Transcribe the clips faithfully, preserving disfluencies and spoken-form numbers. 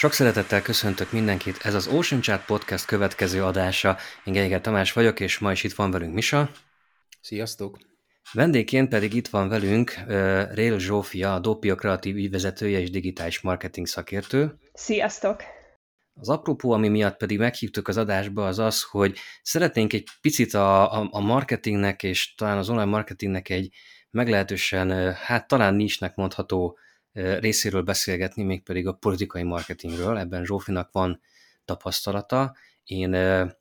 Sok szeretettel köszöntök mindenkit, ez az Ocean Chat Podcast következő adása. Én Geiger Tamás vagyok, és ma is itt van velünk Misa. Sziasztok! Vendégként pedig itt van velünk uh, Rél Zsófia, a Doppio kreatív ügyvezetője és digitális marketing szakértő. Sziasztok! Az apropó, ami miatt pedig meghívtuk az adásba, az az, hogy szeretnénk egy picit a, a, a marketingnek és talán az online marketingnek egy meglehetősen, hát talán nincsnek mondható részéről beszélgetni, mégpedig a politikai marketingről. Ebben Zsófinak van tapasztalata. Én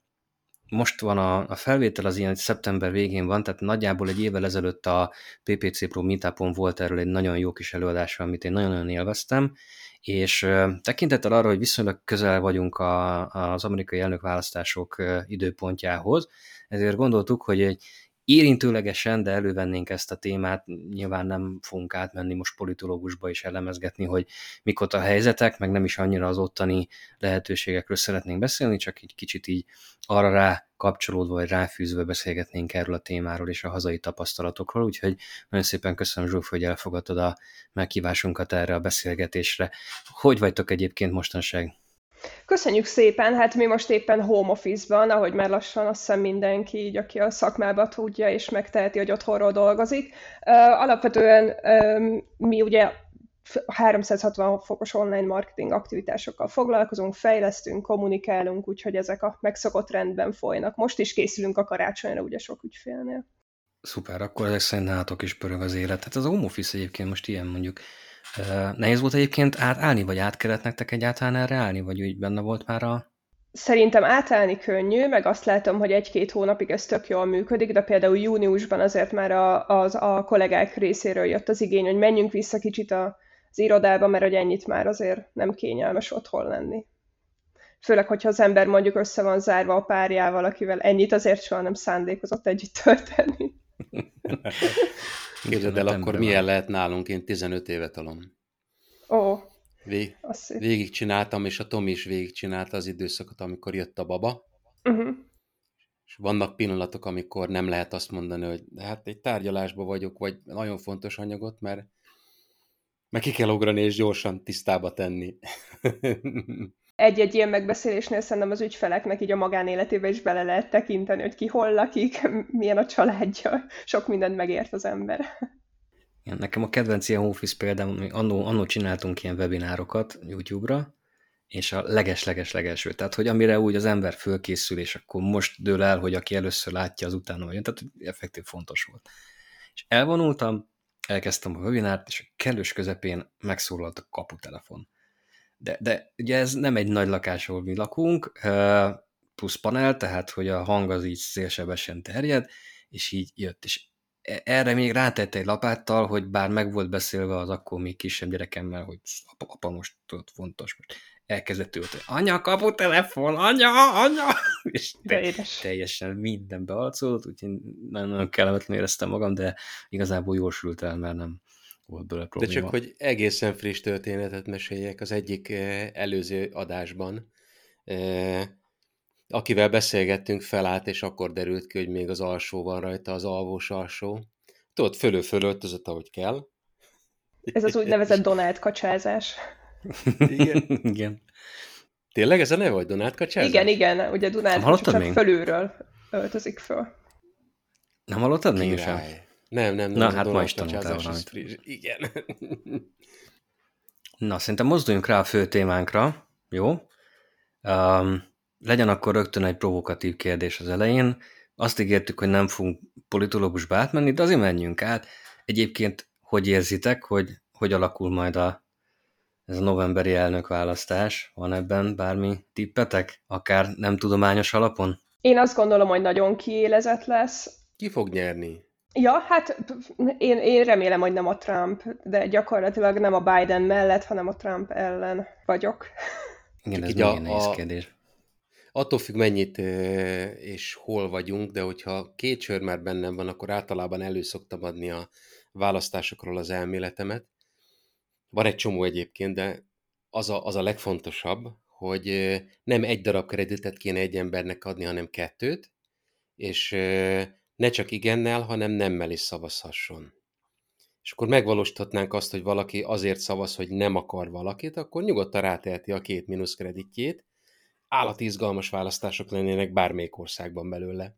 most van a, a felvétel, az ilyen szeptember végén van, tehát nagyjából egy évvel ezelőtt a pé pé cé Pro Meetupon volt erről egy nagyon jó kis előadása, amit én nagyon-nagyon élveztem, és tekintettel arra, hogy viszonylag közel vagyunk a, az amerikai elnökválasztások időpontjához, ezért gondoltuk, hogy egy érintőlegesen, de elővennénk ezt a témát, nyilván nem fogunk átmenni most politológusba és elemezgetni, hogy mik ott a helyzetek, meg nem is annyira az ottani lehetőségekről szeretnénk beszélni, csak egy kicsit így arra rá kapcsolódva, vagy ráfűzve beszélgetnénk erről a témáról és a hazai tapasztalatokról, úgyhogy nagyon szépen köszönöm, Zsóf, hogy elfogadtad a meghívásunkat erre a beszélgetésre. Hogy vagytok egyébként mostanság? Köszönjük szépen, hát mi most éppen home office-ban, ahogy már lassan azt hiszem mindenki, így, aki a szakmába tudja és megteheti, hogy otthonról dolgozik. Uh, alapvetően um, mi ugye háromszázhatvan fokos online marketing aktivitásokkal foglalkozunk, fejlesztünk, kommunikálunk, úgyhogy ezek a megszokott rendben folynak. Most is készülünk a karácsonyra, ugye sok ügyfélnél. Szuper, akkor ezek szerint nálatok is pörög az élet. Hát az a home office egyébként most ilyen mondjuk. Uh, nehéz volt egyébként átállni, vagy át kellett nektek egyáltalán erre állni, vagy úgy benne volt már a... Szerintem átállni könnyű, meg azt látom, hogy egy-két hónapig ez tök jól működik, de például júniusban azért már a, az, a kollégák részéről jött az igény, hogy menjünk vissza kicsit a, az irodába, mert hogy ennyit már azért nem kényelmes otthon lenni. Főleg, hogyha az ember mondjuk össze van zárva a párjával, akivel ennyit azért soha nem szándékozott együtt tölteni. Képzeld el, akkor milyen lehet nálunk, én tizenöt éve tolom. Ó, Vég, végigcsináltam, és a Tomi is végigcsinálta az időszakot, amikor jött a baba. Uh-huh. És vannak pillanatok, amikor nem lehet azt mondani, hogy hát egy tárgyalásban vagyok, vagy nagyon fontos anyagot, mert, mert ki kell ugrani és gyorsan tisztába tenni. Egy-egy ilyen megbeszélésnél szerintem az ügyfeleknek így a magánéletébe is bele lehet tekinteni, hogy ki hol lakik, milyen a családja. Sok mindent megért az ember. Ja, nekem a kedvenc ilyen office példám, hogy annó, annó csináltunk ilyen webinárokat YouTube-ra, és a leges-leges-legelső, tehát hogy amire úgy az ember fölkészül, és akkor most dől el, hogy aki először látja, az utána vagy, tehát effektív fontos volt. És elvonultam, elkezdtem a webinárt, és a kellős közepén megszólalt a kaputelefon. De, de ugye ez nem egy nagy lakás, ahol mi lakunk, plusz panel, tehát hogy a hang az így szélsebesen terjed, és így jött, és erre még rátette egy lapáttal, hogy bár meg volt beszélve az akkor még kisebb gyerekemmel, hogy apa, apa most tudod, fontos, most elkezdett ült, anya, kapu telefon, anya, anya, és te, teljesen minden bealcolt, úgyhogy nagyon kellemetlen éreztem magam, de igazából jól sült el, mert nem volt belőle probléma. De csak, hogy egészen friss történetet meséljek, az egyik előző adásban, akivel beszélgettünk, felállt, és akkor derült ki, hogy még az alsó van rajta, az alvós alsó. Tudod, fölő-fölöltözött, ahogy kell. Ez az úgynevezett Donald kacsázás. Igen. Igen. Tényleg ez a neve, vagy Donald kacsázás? Igen, igen. Ugye Donald csak még? Fölülről öltözik föl. Nem hallottad még sem? Nem, nem, nem. Na, hát ma is tanultál valamit. Igen. Na, szerintem mozduljunk rá a fő témánkra, jó? Um, legyen akkor rögtön egy provokatív kérdés az elején. Azt ígértük, hogy nem fogunk politológusba átmenni, de azért menjünk át. Egyébként hogy érzitek, hogy hogy alakul majd a, ez a novemberi elnökválasztás? Van ebben bármi tippetek? Akár nem tudományos alapon? Én azt gondolom, hogy nagyon kiélezett lesz. Ki fog nyerni? Ja, hát én, én remélem, hogy nem a Trump, de gyakorlatilag nem a Biden mellett, hanem a Trump ellen vagyok. Igen, ez nagyon nehéz kérdés. Attól függ, mennyit és hol vagyunk, de hogyha két sör már bennem van, akkor általában elő szoktam adni a választásokról az elméletemet. Van egy csomó egyébként, de az a, az a legfontosabb, hogy nem egy darab kreditet kéne egy embernek adni, hanem kettőt, és ne csak igennel, hanem nemmel is szavazhasson. és akkor megvalósíthatnánk azt, hogy valaki azért szavaz, hogy nem akar valakit, akkor nyugodtan ráteheti a két mínusz kreditjét. Állati izgalmas választások lennének bármelyik országban belőle.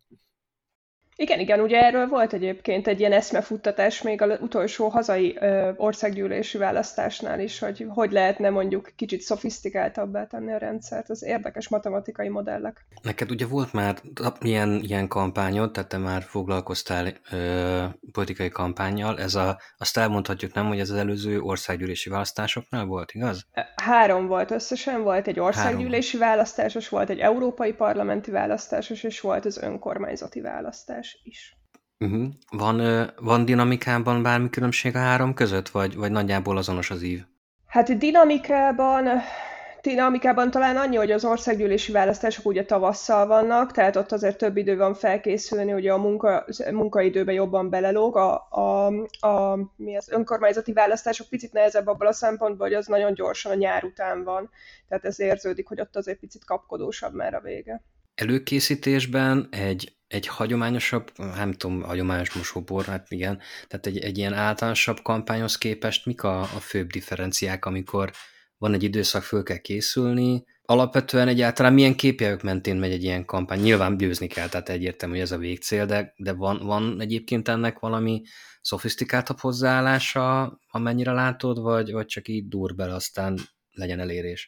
Igen, igen, ugye erről volt egyébként egy ilyen eszmefuttatás még az utolsó hazai ö, országgyűlési választásnál is, hogy hogy lehetne mondjuk kicsit szofisztikáltabbá tenni a rendszert, az érdekes matematikai modellek. Neked ugye volt már ilyen, ilyen kampányod, tehát te már foglalkoztál ö, politikai kampánnyal, ez a, azt elmondhatjuk nem, hogy ez az előző országgyűlési választásoknál volt, igaz? Három volt összesen, volt egy Három. országgyűlési választásos, volt egy európai parlamenti választásos, és volt az önkormányzati választás is. Uh-huh. Van, ö, van dinamikában bármi különbség a három között, vagy, vagy nagyjából azonos az ív? Hát dinamikában, dinamikában talán annyi, hogy az országgyűlési választások ugye tavasszal vannak, tehát ott azért több idő van felkészülni, ugye a munka, munkaidőbe jobban belelóg. A, a, a, mi az önkormányzati választások picit nehezebb abban a szempontból, hogy az nagyon gyorsan a nyár után van, tehát ez érződik, hogy ott azért picit kapkodósabb már a vége. Előkészítésben egy, egy hagyományosabb, nem tudom, hagyományos mosóbor, hát igen, tehát egy, egy ilyen általánosabb kampányhoz képest mik a, a főbb differenciák, amikor van egy időszak, föl kell készülni, alapvetően egyáltalán milyen képjelök mentén megy egy ilyen kampány? Nyilván győzni kell, tehát egyértelmű, hogy ez a végcél, de, de van, van egyébként ennek valami szofisztikáltabb hozzáállása, amennyire látod, vagy, vagy csak így dur bele, aztán legyen elérés?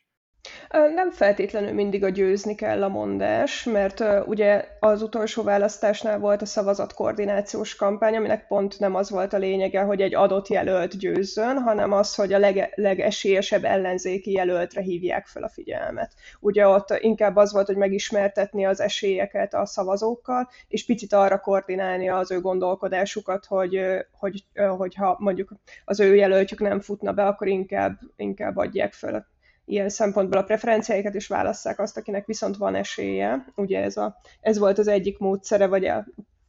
Nem feltétlenül mindig a győzni kell a mondás, mert uh, ugye az utolsó választásnál volt a szavazatkoordinációs kampány, aminek pont nem az volt a lényege, hogy egy adott jelölt győzzön, hanem az, hogy a leg- legesélyesebb ellenzéki jelöltre hívják fel a figyelmet. Ugye ott inkább az volt, hogy megismertetni az esélyeket a szavazókkal, és picit arra koordinálni az ő gondolkodásukat, hogy, hogy, hogy ha mondjuk az ő jelöltjük nem futna be, akkor inkább, inkább adják fel ilyen szempontból a preferenciáikat, és válasszák azt, akinek viszont van esélye. Ugye ez, a, ez volt az egyik módszere, vagy a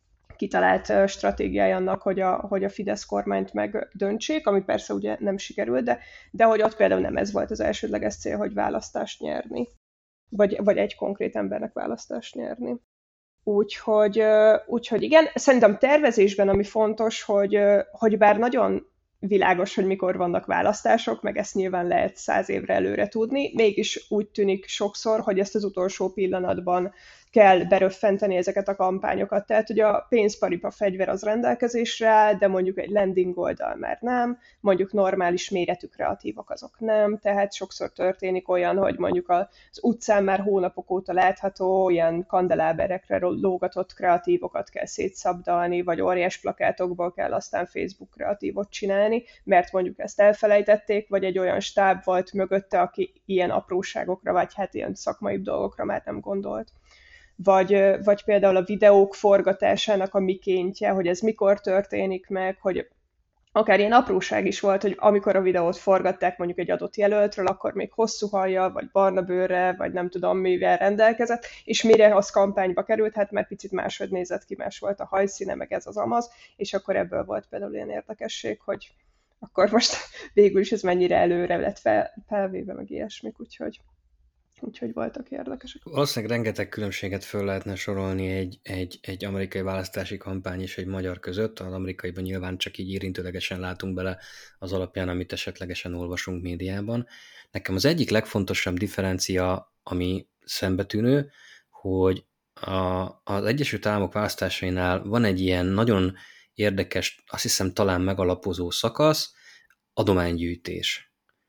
kitalált stratégiája annak, hogy a, hogy a Fidesz kormányt megdöntsék, ami persze ugye nem sikerült, de, de hogy ott például nem ez volt az elsődleges cél, hogy választást nyerni, vagy, vagy egy konkrét embernek választást nyerni. Úgyhogy, úgyhogy igen, szerintem tervezésben ami fontos, hogy, hogy bár nagyon világos, hogy mikor vannak választások, meg ezt nyilván lehet száz évre előre tudni, mégis úgy tűnik sokszor, hogy ezt az utolsó pillanatban kell beröffenteni ezeket a kampányokat. Tehát, hogy a pénzparipa fegyver az rendelkezésre áll, de mondjuk egy landing oldal már nem, mondjuk normális méretű kreatívak azok nem, tehát sokszor történik olyan, hogy mondjuk az utcán már hónapok óta látható ilyen kandeláberekre lógatott kreatívokat kell szétszabdalni, vagy óriás plakátokból kell aztán Facebook kreatívot csinálni, mert mondjuk ezt elfelejtették, vagy egy olyan stáb volt mögötte, aki ilyen apróságokra, vagy hát ilyen szakmai dolgokra már nem gondolt. Vagy, vagy például a videók forgatásának a mikéntje, hogy ez mikor történik meg, hogy akár ilyen apróság is volt, hogy amikor a videót forgatták mondjuk egy adott jelöltről, akkor még hosszú hajjal, vagy barna bőrre, vagy nem tudom mivel rendelkezett, és mire az kampányba került, hát már picit máshogy nézett ki, más volt a hajszíne, meg ez az amaz, és akkor ebből volt például ilyen érdekesség, hogy akkor most végül is ez mennyire előre lett fel, felvéve, meg ilyesmik, úgyhogy... Úgyhogy voltak érdekesek. Valószínűleg rengeteg különbséget föl lehetne sorolni egy, egy, egy amerikai választási kampány és egy magyar között. Az amerikaiban nyilván csak így érintőlegesen látunk bele az alapján, amit esetlegesen olvasunk médiában. Nekem az egyik legfontosabb differencia, ami szembetűnő, hogy a, az Egyesült Államok választásainál van egy ilyen nagyon érdekes, azt hiszem talán megalapozó szakasz, adománygyűjtés.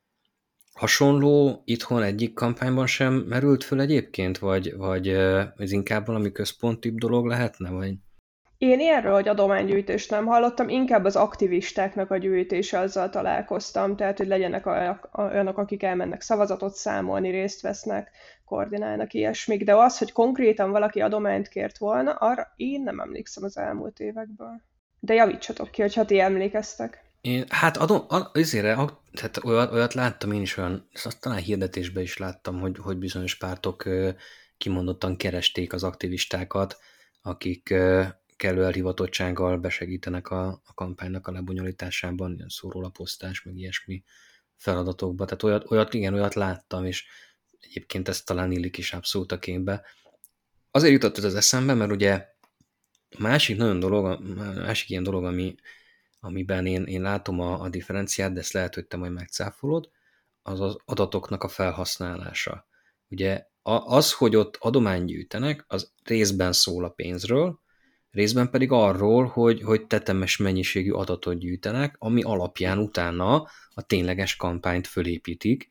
Hasonló itthon egyik kampányban sem merült föl egyébként, vagy, vagy ez inkább valami központibb dolog lehetne? Vagy? Én ilyenről, hogy adománygyűjtést nem hallottam, inkább az aktivistáknak a gyűjtése, azzal találkoztam, tehát hogy legyenek olyanok, akik elmennek szavazatot számolni, részt vesznek, koordinálnak ilyesmik, de az, hogy konkrétan valaki adományt kért volna, arra én nem emlékszem az elmúlt évekből. De javítsatok ki, hogyha ti emlékeztek. Én, hát adom, azért, tehát olyat, olyat láttam én is olyan, azt talán hirdetésben is láttam, hogy, hogy bizonyos pártok kimondottan keresték az aktivistákat, akik kellő elhivatottsággal besegítenek a, a kampánynak a lebonyolításában, ilyen szórólaposztás, meg ilyesmi feladatokba. Tehát olyat, olyat, igen, olyat láttam, és egyébként ez talán illik is abszolút a képbe. Azért jutott ez az eszembe, mert ugye a másik nagyon dolog, a másik ilyen dolog, ami amiben én, én látom a, a differenciát, de ezt lehet, hogy te majd megcáfolod, az az adatoknak a felhasználása. Ugye az, hogy ott adományt gyűjtenek, az részben szól a pénzről, részben pedig arról, hogy, hogy tetemes mennyiségű adatot gyűjtenek, ami alapján utána a tényleges kampányt fölépítik.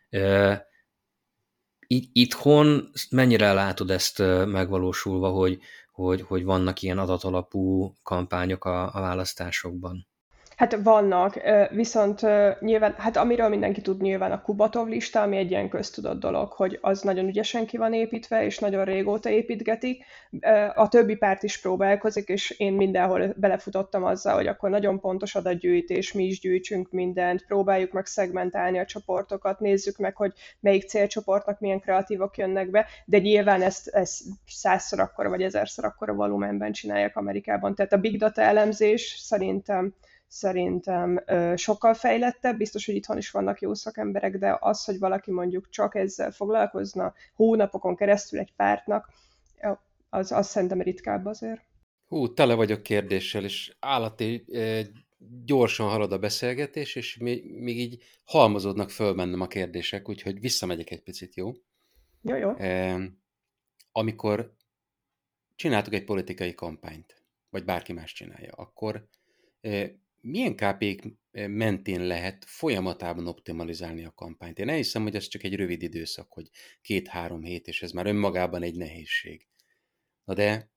Így itthon mennyire látod ezt megvalósulva, hogy, hogy, hogy vannak ilyen adatalapú kampányok a, a választásokban? Hát vannak, viszont nyilván, hát amiről mindenki tud nyilván a Kubatov lista, ami egy ilyen köztudott dolog, hogy az nagyon ügyesen ki van építve, és nagyon régóta építgetik. A többi párt is próbálkozik, és én mindenhol belefutottam azzal, hogy akkor nagyon pontos adatgyűjtés, mi is gyűjtsünk mindent, próbáljuk meg szegmentálni a csoportokat, nézzük meg, hogy melyik célcsoportnak milyen kreatívok jönnek be, de nyilván ezt, ezt százszor akkora, vagy ezerszer akkora volumenben csinálják Amerikában. Tehát a big data elemzés szerintem szerintem ö, sokkal fejlettebb, biztos, hogy itthon is vannak jó szakemberek, de az, hogy valaki mondjuk csak ezzel foglalkozna hónapokon keresztül egy pártnak, az, az szerintem ritkább azért. Hú, tele vagyok kérdéssel, és állati eh, gyorsan halad a beszélgetés, és még, még így halmozódnak föl bennem a kérdések, úgyhogy visszamegyek egy picit, jó? Jó, jó. Eh, amikor csináltuk egy politikai kampányt, vagy bárki más csinálja, akkor eh, milyen ká pé ék mentén lehet folyamatában optimalizálni a kampányt? Én elhiszem, hogy ez csak egy rövid időszak, hogy két-három hét, és ez már önmagában egy nehézség. Na de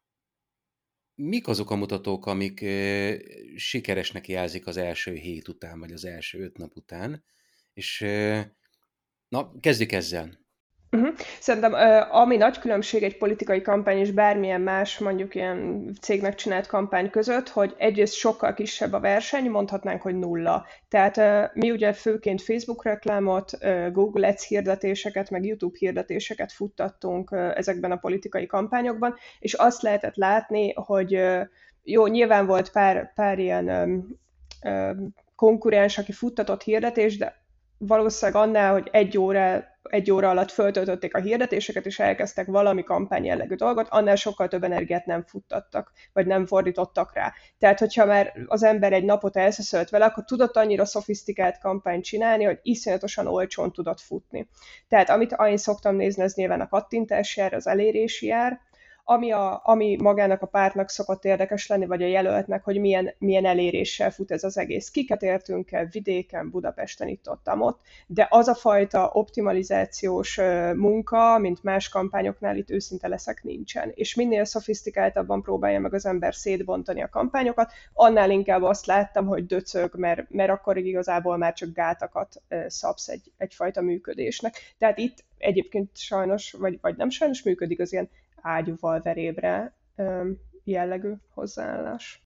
mik azok a mutatók, amik ö, sikeresnek jelzik az első hét után, vagy az első öt nap után? És ö, na, kezdjük ezzel. Uh-huh. Szerintem ö, ami nagy különbség egy politikai kampány és bármilyen más mondjuk ilyen cégnek csinált kampány között, hogy egyrészt sokkal kisebb a verseny, mondhatnánk, hogy nulla. Tehát ö, mi ugye főként Facebook reklámot, ö, Google Ads hirdetéseket, meg YouTube hirdetéseket futtattunk ö, ezekben a politikai kampányokban, és azt lehetett látni, hogy ö, jó, nyilván volt pár, pár ilyen ö, ö, konkurens, aki futtatott hirdetés, de valószínűleg annál, hogy egy óra, egy óra alatt föltöltötték a hirdetéseket, és elkezdtek valami kampány jellegű dolgot, annál sokkal több energiát nem futtattak, vagy nem fordítottak rá. Tehát, hogyha már az ember egy napot elszeszölt vele, akkor tudott annyira szofisztikált kampányt csinálni, hogy iszonyatosan olcsón tudott futni. Tehát, amit én szoktam nézni, az nyilván a kattintási ár, az elérési ár, ami, a, ami magának a pártnak szokott érdekes lenni, vagy a jelöltnek, hogy milyen, milyen eléréssel fut ez az egész. Kiket értünk el vidéken, Budapesten, itt ott, ott, de az a fajta optimalizációs munka, mint más kampányoknál, itt őszinte leszek, nincsen. És minél szofisztikáltabban próbálja meg az ember szétbontani a kampányokat, annál inkább azt láttam, hogy döcög, mert, mert akkor igazából már csak gátakat szabsz egy, egyfajta működésnek. Tehát itt egyébként sajnos, vagy, vagy nem sajnos működik az ilyen ágyúval verébre jellegű hozzáállás.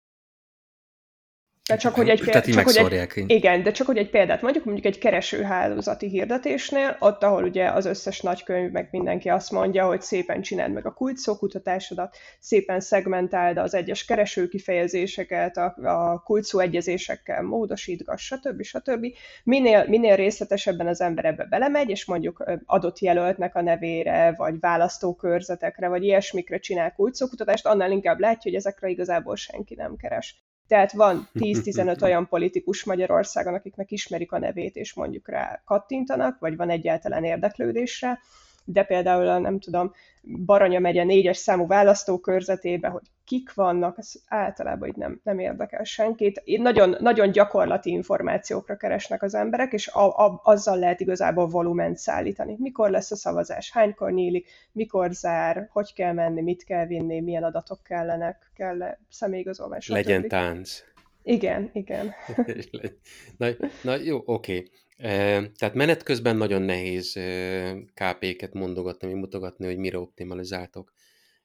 De csak, hogy egy, Tehát így csak, hogy megszórják. egy, igen, de csak hogy egy példát mondjuk, mondjuk egy keresőhálózati hirdetésnél, ott, ahol ugye az összes nagykönyv, meg mindenki azt mondja, hogy szépen csináld meg a kulcsszókutatásodat, szépen szegmentáld az egyes keresőkifejezéseket, a, a kulcsszóegyezésekkel módosítgass, stb. stb. Minél, minél részletesebben az ember ebbe belemegy, és mondjuk adott jelöltnek a nevére, vagy választókörzetekre, vagy ilyesmikre csinál kulcsszókutatást, annál inkább látja, hogy ezekre igazából senki nem keres. Tehát van tíz-tizenöt olyan politikus Magyarországon, akiknek ismerik a nevét, és mondjuk rá kattintanak, vagy van egyáltalán érdeklődésre, de például, nem tudom, Baranya megye négyes számú választókörzetében, hogy kik vannak, ez általában így nem, nem érdekel senkit. Nagyon, nagyon gyakorlati információkra keresnek az emberek, és a, a, azzal lehet igazából volument szállítani. Mikor lesz a szavazás, hánykor nyílik, mikor zár, hogy kell menni, mit kell vinni, milyen adatok kellenek, kell személyigazolvány, stb. Legyen tánc. Igen, igen. na, na jó, oké. Tehát menet közben nagyon nehéz ká pé éket mondogatni, mutogatni, hogy mire optimalizáltok.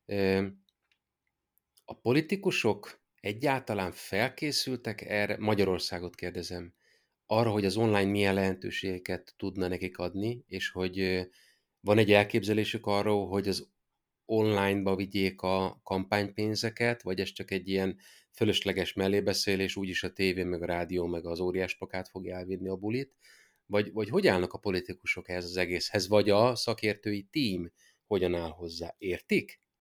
A politikusok egyáltalán felkészültek erre, Magyarországot kérdezem, arra, hogy az online milyen lehetőségeket tudna nekik adni, és hogy van egy elképzelésük arról, hogy az online-ba vigyék a kampánypénzeket, vagy ez csak egy ilyen fölösleges mellébeszélés, úgyis a tévé, meg a rádió, meg az óriás plakát fogja elvinni a bulit, vagy, vagy hogy állnak a politikusok ehhez az egészhez, vagy a szakértői tím hogyan áll hozzá? Értik?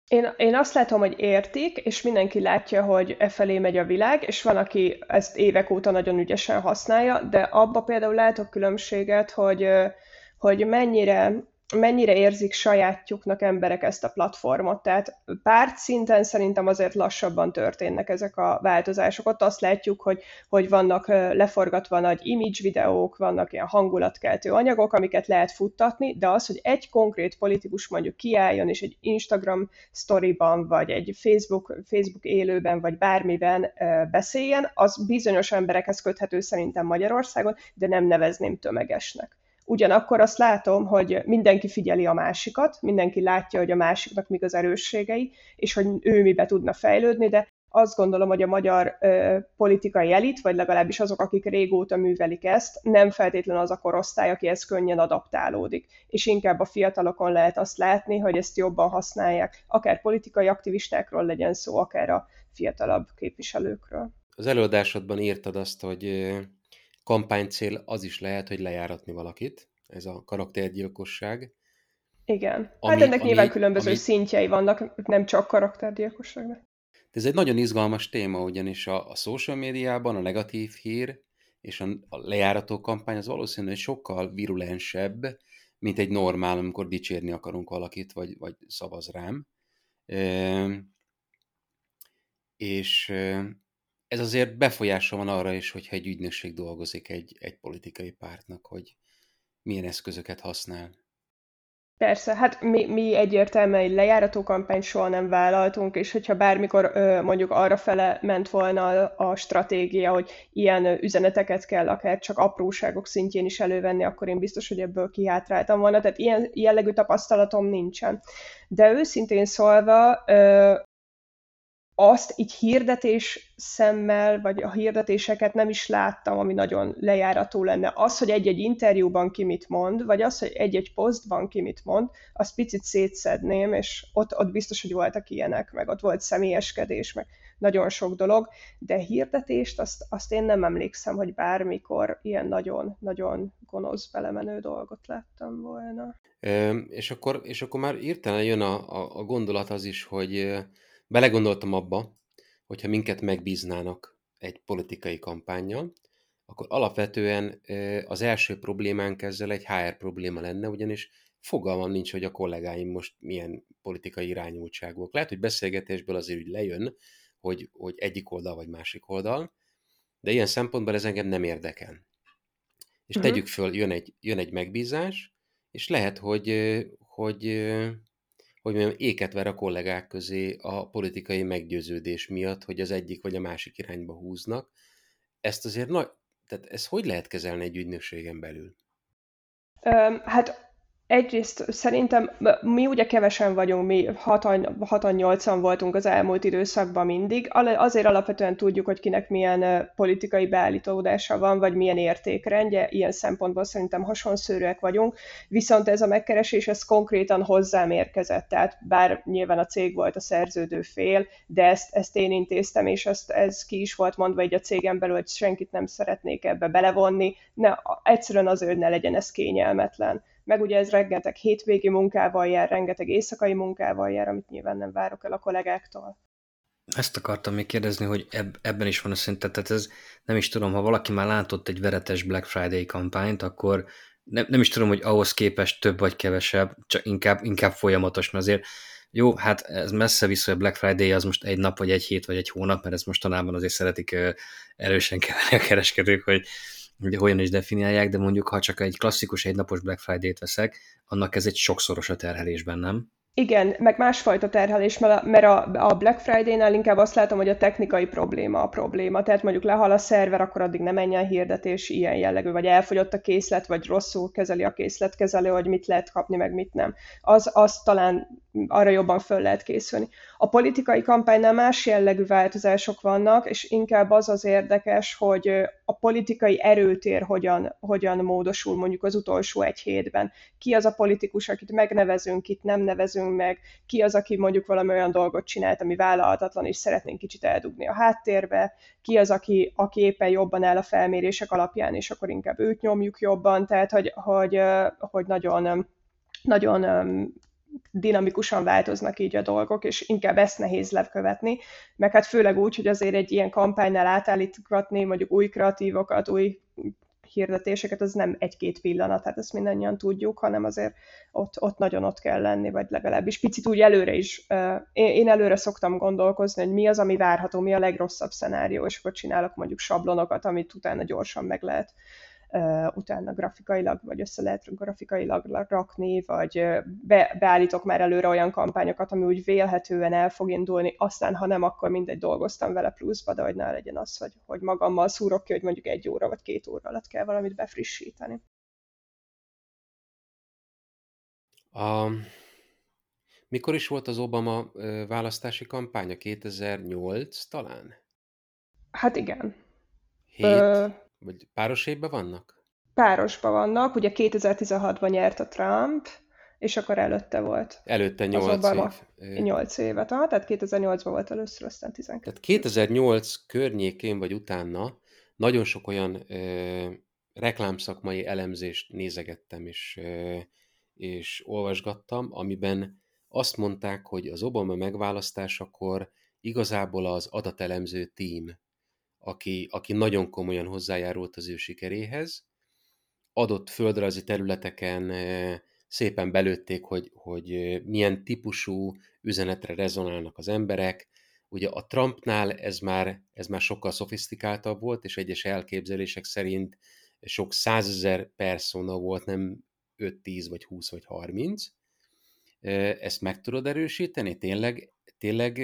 Én, én azt látom, hogy értik, és mindenki látja, hogy e felé megy a világ, és van, aki ezt évek óta nagyon ügyesen használja, de abba például látok különbséget, hogy, ö, hogy mennyire, mennyire érzik sajátjuknak emberek ezt a platformot. Tehát párt szinten szerintem azért lassabban történnek ezek a változások. Ott azt látjuk, hogy, hogy vannak ö, leforgatva nagy image videók, vannak ilyen hangulatkeltő anyagok, amiket lehet futtatni, de az, hogy egy konkrét politikus mondjuk kiálljon, és egy Instagram sztoriban, vagy egy Facebook, Facebook élőben, vagy bármiben beszéljen, az bizonyos emberekhez köthető szerintem Magyarországon, de nem nevezném tömegesnek. Ugyanakkor azt látom, hogy mindenki figyeli a másikat, mindenki látja, hogy a másiknak mik az erősségei, és hogy ő mibe tudna fejlődni, de azt gondolom, hogy a magyar ö, politikai elit, vagy legalábbis azok, akik régóta művelik ezt, nem feltétlenül az a korosztály, aki ezt könnyen adaptálódik. És inkább a fiatalokon lehet azt látni, hogy ezt jobban használják, akár politikai aktivistákról legyen szó, akár a fiatalabb képviselőkről. Az előadásodban írtad azt, hogy ö, kampánycél az is lehet, hogy lejáratni valakit, ez a karaktergyilkosság, Igen. Hát ami, ennek nyilván ami, különböző ami szintjei vannak, nem csak karaktergyilkosságnak. ez egy nagyon izgalmas téma, ugyanis a, a social médiában a negatív hír és a, a lejárató kampány az valószínűleg sokkal virulensebb, mint egy normál, amikor dicsérni akarunk valakit, vagy, vagy szavaz rám. E, és ez azért befolyása van arra is, hogyha egy ügynökség dolgozik egy, egy politikai pártnak, hogy milyen eszközöket használ. Persze, hát mi, mi egyértelműen egy lejárató kampányt soha nem vállaltunk, és hogyha bármikor ö, mondjuk arrafele ment volna a, a stratégia, hogy ilyen ö, üzeneteket kell akár csak apróságok szintjén is elővenni, akkor én biztos, hogy ebből kihátráltam volna, tehát ilyen jellegű tapasztalatom nincsen. De őszintén szólva, ö, azt így hirdetés szemmel, vagy a hirdetéseket nem is láttam, ami nagyon lejárató lenne. Az, hogy egy-egy interjúban ki mit mond, vagy az, hogy egy-egy posztban ki mit mond, azt picit szétszedném, és ott, ott biztos, hogy voltak ilyenek, meg ott volt személyeskedés, meg nagyon sok dolog, de hirdetést azt, azt én nem emlékszem, hogy bármikor ilyen nagyon-nagyon gonosz belemenő dolgot láttam volna. Ö, és, akkor, és akkor már hirtelen jön a, a, a gondolat az is, hogy belegondoltam abba, hogyha minket megbíznának egy politikai kampánnyal, akkor alapvetően az első problémánk ezzel egy há er probléma lenne, ugyanis fogalmam nincs, hogy a kollégáim most milyen politikai irányultságúak. Lehet, hogy beszélgetésből azért úgy lejön, hogy, hogy egyik oldal vagy másik oldal, de ilyen szempontból ez engem nem érdekel. És Uh-huh. tegyük föl, jön egy, jön egy megbízás, és lehet, hogy, hogy hogy mondjam, éket ver a kollégák közé a politikai meggyőződés miatt, hogy az egyik vagy a másik irányba húznak. Ezt azért nagy, tehát ezt hogy lehet kezelni egy ügynökségen belül? Öm, hát egyrészt szerintem mi ugye kevesen vagyunk, mi hatan, nyolcan voltunk az elmúlt időszakban mindig, azért alapvetően tudjuk, hogy kinek milyen politikai beállítódása van, vagy milyen értékrendje, ilyen szempontból szerintem hasonszőrűek vagyunk, viszont ez a megkeresés, ez konkrétan hozzám érkezett, tehát bár nyilván a cég volt a szerződő fél, de ezt, ezt én intéztem, és ezt, ez ki is volt mondva így a cégen belül, hogy senkit nem szeretnék ebbe belevonni, ne, egyszerűen azért, hogy ne legyen ez kényelmetlen. Meg ugye ez rengeteg hétvégi munkával jár, rengeteg éjszakai munkával jár, amit nyilván nem várok el a kollégáktól. Ezt akartam még kérdezni, hogy eb- ebben is van a szinte, tehát ez nem is tudom, ha valaki már látott egy veretes Black Friday kampányt, akkor ne, nem is tudom, hogy ahhoz képest több vagy kevesebb, csak inkább, inkább folyamatos, mert azért jó, hát ez messze vissza, hogy Black Friday az most egy nap, vagy egy hét, vagy egy hónap, mert ezt mostanában azért szeretik erősen keverni a kereskedők, hogy ugye hogyan is definiálják, de mondjuk, ha csak egy klasszikus egynapos Black Friday-t veszek, annak ez egy sokszoros a terhelésben, nem? Igen, meg másfajta terhelés, mert a, a Black Friday-nál inkább azt látom, hogy a technikai probléma a probléma. Tehát mondjuk lehal a szerver, akkor addig ne menjen hirdetés ilyen jellegű, vagy elfogyott a készlet, vagy rosszul kezeli a készletkezelő, hogy mit lehet kapni, meg mit nem. Az, az talán arra jobban föl lehet készülni. A politikai kampánynál más jellegű változások vannak, és inkább az az érdekes, hogy a politikai erőtér hogyan, hogyan módosul mondjuk az utolsó egy hétben. Ki az a politikus, akit megnevezünk, kit nem nevezünk meg, ki az, aki mondjuk valami olyan dolgot csinált, ami vállalhatatlan, és szeretnénk kicsit eldugni a háttérbe, ki az, aki, aki éppen jobban áll a felmérések alapján, és akkor inkább őt nyomjuk jobban, tehát hogy, hogy, hogy nagyon, nagyon dinamikusan változnak így a dolgok, és inkább ezt nehéz lekövetni, meg hát főleg úgy, hogy azért egy ilyen kampánynál átállítgatni mondjuk új kreatívokat, új hirdetéseket, az nem egy-két pillanat, hát ezt mindannyian tudjuk, hanem azért ott, ott nagyon ott kell lenni, vagy legalábbis picit úgy előre is. Én előre szoktam gondolkozni, hogy mi az, ami várható, mi a legrosszabb szenárió, és akkor csinálok mondjuk sablonokat, amit utána gyorsan meg lehet utána grafikailag, vagy össze lehet grafikailag rakni, vagy be, beállítok már előre olyan kampányokat, ami úgy vélhetően el fog indulni, aztán ha nem, akkor mindegy, dolgoztam vele pluszba, de hogy ne legyen az, hogy, hogy magammal szúrok ki, hogy mondjuk egy óra vagy két óra alatt kell valamit befrissíteni. A... Mikor is volt az Obama választási kampánya? kétezer-nyolc talán? Hát igen. Hét? Ö... Vagy páros évben vannak? Párosban vannak, ugye kétezer-tizenhatban nyert a Trump, és akkor előtte volt. Előtte nyolc év. nyolc évet, aha, tehát kétezer-nyolcban volt először, aztán tizenkettő. Tehát kétezer-nyolc környékén vagy utána nagyon sok olyan ö, reklámszakmai elemzést nézegettem és, ö, és olvasgattam, amiben azt mondták, hogy az Obama megválasztásakor igazából az adatelemző tím, aki, aki nagyon komolyan hozzájárult az ő sikeréhez, adott földrajzi területeken szépen belőtték, hogy, hogy milyen típusú üzenetre rezonálnak az emberek. Ugye a Trumpnál ez már, ez már sokkal szofisztikáltabb volt, és egyes elképzelések szerint sok százezer persona volt, nem öt-tíz, vagy húsz, vagy harminc. Ezt meg tudod erősíteni? Tényleg, tényleg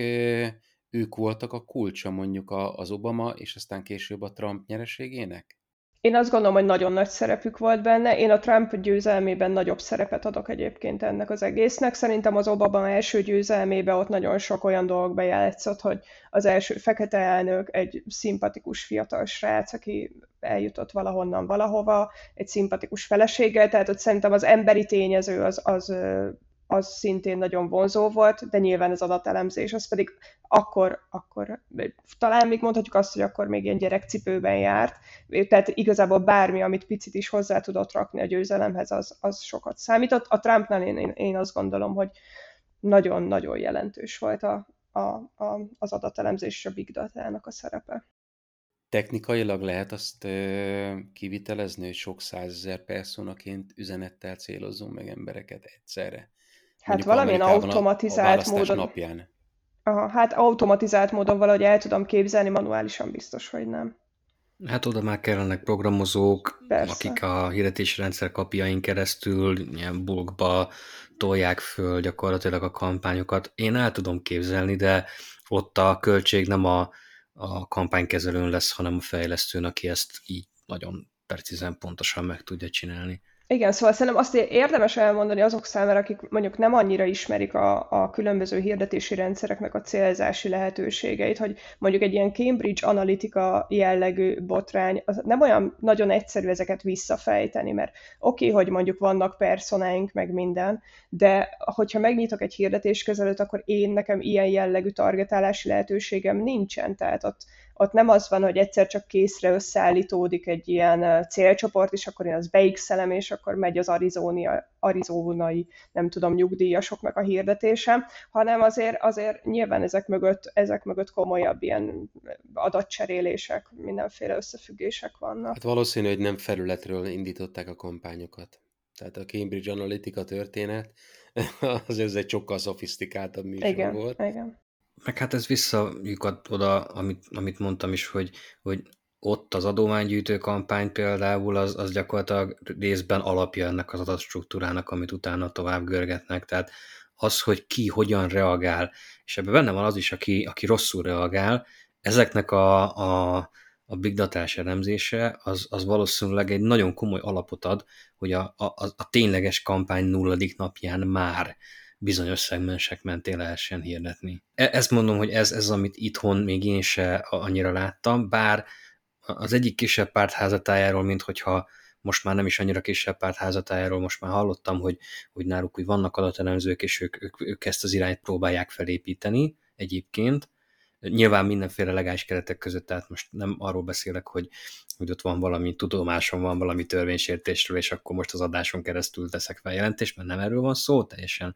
ők voltak a kulcsa mondjuk az Obama, és aztán később a Trump nyereségének? Én azt gondolom, hogy nagyon nagy szerepük volt benne. Én a Trump győzelmében nagyobb szerepet adok egyébként ennek az egésznek. Szerintem az Obama első győzelmében ott nagyon sok olyan dolog bejátszott, hogy az első fekete elnök egy szimpatikus fiatal srác, aki eljutott valahonnan valahova, egy szimpatikus feleséggel, tehát ott szerintem az emberi tényező az, az az szintén nagyon vonzó volt, de nyilván az adatelemzés, az pedig akkor, akkor talán még mondhatjuk azt, hogy akkor még ilyen gyerekcipőben járt, tehát igazából bármi, amit picit is hozzá tudott rakni a győzelemhez, az, az sokat számított. A Trumpnál én, én azt gondolom, hogy nagyon-nagyon jelentős volt a, a, a, az adatelemzés és a big data-nak a szerepe. Technikailag lehet azt ö, kivitelezni, hogy sok százezer personaként üzenettel célozzunk meg embereket egyszerre? Hát valamilyen automatizált a, a módon. napján. Aha, hát automatizált módon valahogy el tudom képzelni, manuálisan biztos, hogy nem. Hát oda már kellenek programozók, Persze. akik a hirdetési rendszer kapjain keresztül ilyen bulkba tolják föl gyakorlatilag a kampányokat. Én el tudom képzelni, de ott a költség nem a, a kampánykezelőn lesz, hanem a fejlesztőn, aki ezt így nagyon precízen, pontosan meg tudja csinálni. Igen, szóval szerintem azt érdemes elmondani azok számára, akik mondjuk nem annyira ismerik a, a különböző hirdetési rendszereknek a célzási lehetőségeit, hogy mondjuk egy ilyen Cambridge Analytica jellegű botrány, az nem olyan nagyon egyszerű ezeket visszafejteni, mert oké, okay, hogy mondjuk vannak personáink, meg minden, de hogyha megnyitok egy hirdetéskezelőt, akkor én nekem ilyen jellegű targetálási lehetőségem nincsen, tehát ott Ott nem az van, hogy egyszer csak készre összeállítódik egy ilyen célcsoport, és akkor én az beixelem, és akkor megy az arizóni, arizónai, nem tudom, nyugdíjasoknak a hirdetésem, hanem azért, azért nyilván ezek mögött, ezek mögött komolyabb ilyen adatcserélések, mindenféle összefüggések vannak. Hát valószínű, hogy nem felületről indították a kampányokat. Tehát a Cambridge Analytica történet, azért ez egy sokkal szofisztikáltabb műsor igen, volt. Igen. Meg hát ez visszajukat oda, amit, amit mondtam is, hogy, hogy ott az adománygyűjtő kampány például, az, az gyakorlatilag részben alapja ennek az adatstruktúrának, amit utána tovább görgetnek. Tehát az, hogy ki hogyan reagál, és ebben benne van az is, aki, aki rosszul reagál, ezeknek a, a, a big data-s elemzése, az, az valószínűleg egy nagyon komoly alapot ad, hogy a, a, a tényleges kampány nulladik napján már bizonyos szegmensek mentén lehessen hirdetni. Ezt mondom, hogy ez, ez amit itthon még én se annyira láttam, bár az egyik kisebb párt házatájáról, mint hogyha most már nem is annyira kisebb párt házatájáról, most már hallottam, hogy, hogy náluk úgy vannak adatelemzők, és ők, ők, ők ezt az irányt próbálják felépíteni egyébként. Nyilván mindenféle legális keretek között, tehát most nem arról beszélek, hogy, hogy ott van valami, tudomásom van valami törvénysértésről, és akkor most az adáson keresztül teszek feljelentést, mert nem erről van szó, teljesen